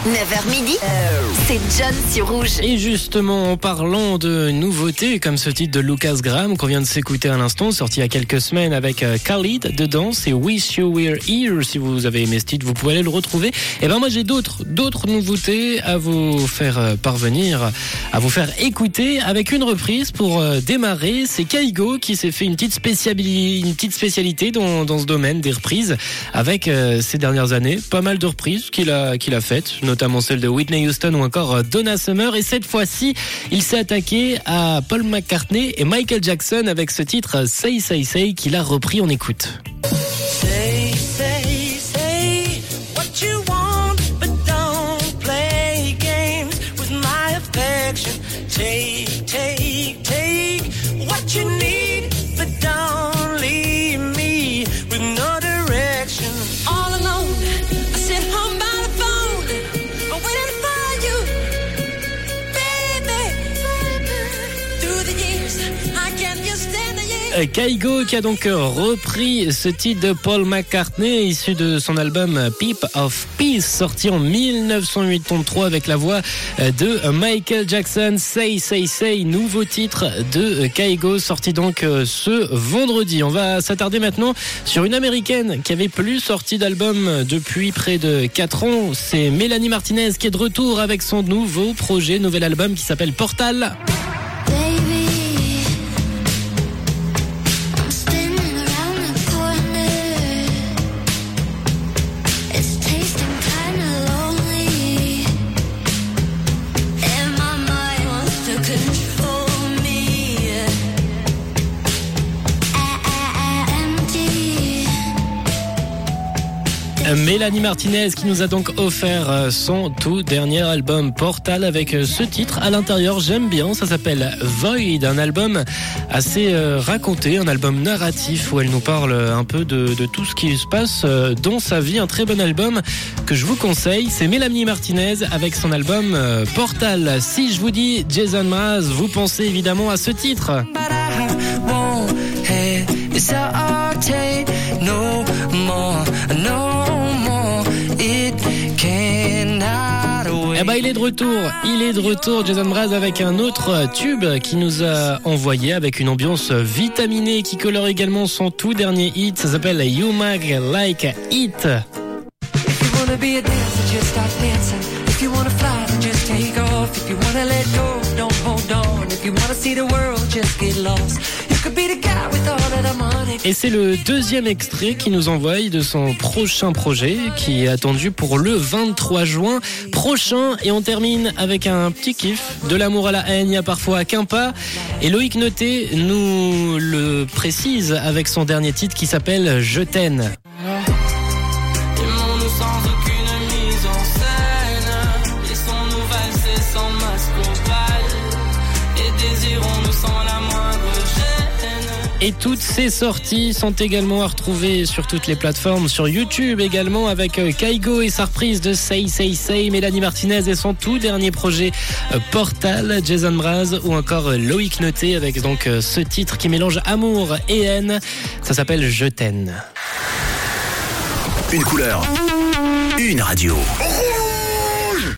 9h midi, c'est John sur Rouge. Et justement, en parlant de nouveautés, comme ce titre de Lucas Graham qu'on vient de s'écouter à l'instant, sorti il y a quelques semaines avec Khalid dedans, c'est Wish You Were Here. Si vous avez aimé ce titre, vous pouvez aller le retrouver. Et ben moi j'ai d'autres nouveautés à vous faire parvenir, à vous faire écouter avec une reprise pour démarrer. C'est Kygo qui s'est fait une petite spécialité dans ce domaine des reprises avec ces dernières années. Pas mal de reprises qu'il a faites, notamment celle de Whitney Houston ou encore Donna Summer. Et cette fois-ci, il s'est attaqué à Paul McCartney et Michael Jackson avec ce titre Say Say Say qu'il a repris. On écoute. Say, say, say what you want, but don't play games with my affection. Take, take, take what you need, but don't leave me with no direction. All alone, I sit home by the phone, waiting for you, baby. Through the years, I can't just stand the years. Kygo qui a donc repris ce titre de Paul McCartney issu de son album Peep of Peace sorti en 1983 avec la voix de Michael Jackson. Say Say Say, nouveau titre de Kygo sorti donc ce vendredi. On va s'attarder maintenant sur une américaine qui avait plus sorti d'album depuis près de 4 ans. C'est Mélanie Martinez qui est de retour avec son nouveau nouvel album qui s'appelle Portal. Mélanie Martinez qui nous a donc offert son tout dernier album Portal avec ce titre à l'intérieur. J'aime bien, ça s'appelle Void, un album assez raconté, un album narratif où elle nous parle un peu de tout ce qui se passe dans sa vie. Un très bon album que je vous conseille, c'est Mélanie Martinez avec son album Portal. Si je vous dis Jason Mraz, vous pensez évidemment à ce titre. Eh ben, il est de retour, Jason Mraz avec un autre tube qui nous a envoyé avec une ambiance vitaminée qui colore également son tout dernier hit. Ça s'appelle You Make Like It. If you wanna be a dancer, just start dancing. If you wanna fly, then just take off. If you wanna let go, don't hold on. If you wanna see the world, just get lost. You could be the guy with all of the money. Et c'est le deuxième extrait qui nous envoie de son prochain projet qui est attendu pour le 23 juin prochain. Et on termine avec un petit kiff. De l'amour à la haine, il y a parfois qu'un pas. Et Loïc Noté nous le précise avec son dernier titre qui s'appelle Je t'aime. Aimons-nous sans aucune mise en scène. Laissons-nous valser sans masque au bal. Et désirons-nous sans la moindre gêne. Et toutes ces sorties sont également à retrouver sur toutes les plateformes, sur YouTube également avec Kygo et sa reprise de Say Say Say, Mélanie Martinez et son tout dernier projet Portal, Jason Mraz ou encore Loïc Noté avec donc ce titre qui mélange amour et haine. Ça s'appelle Je t'aime. Une couleur, une radio.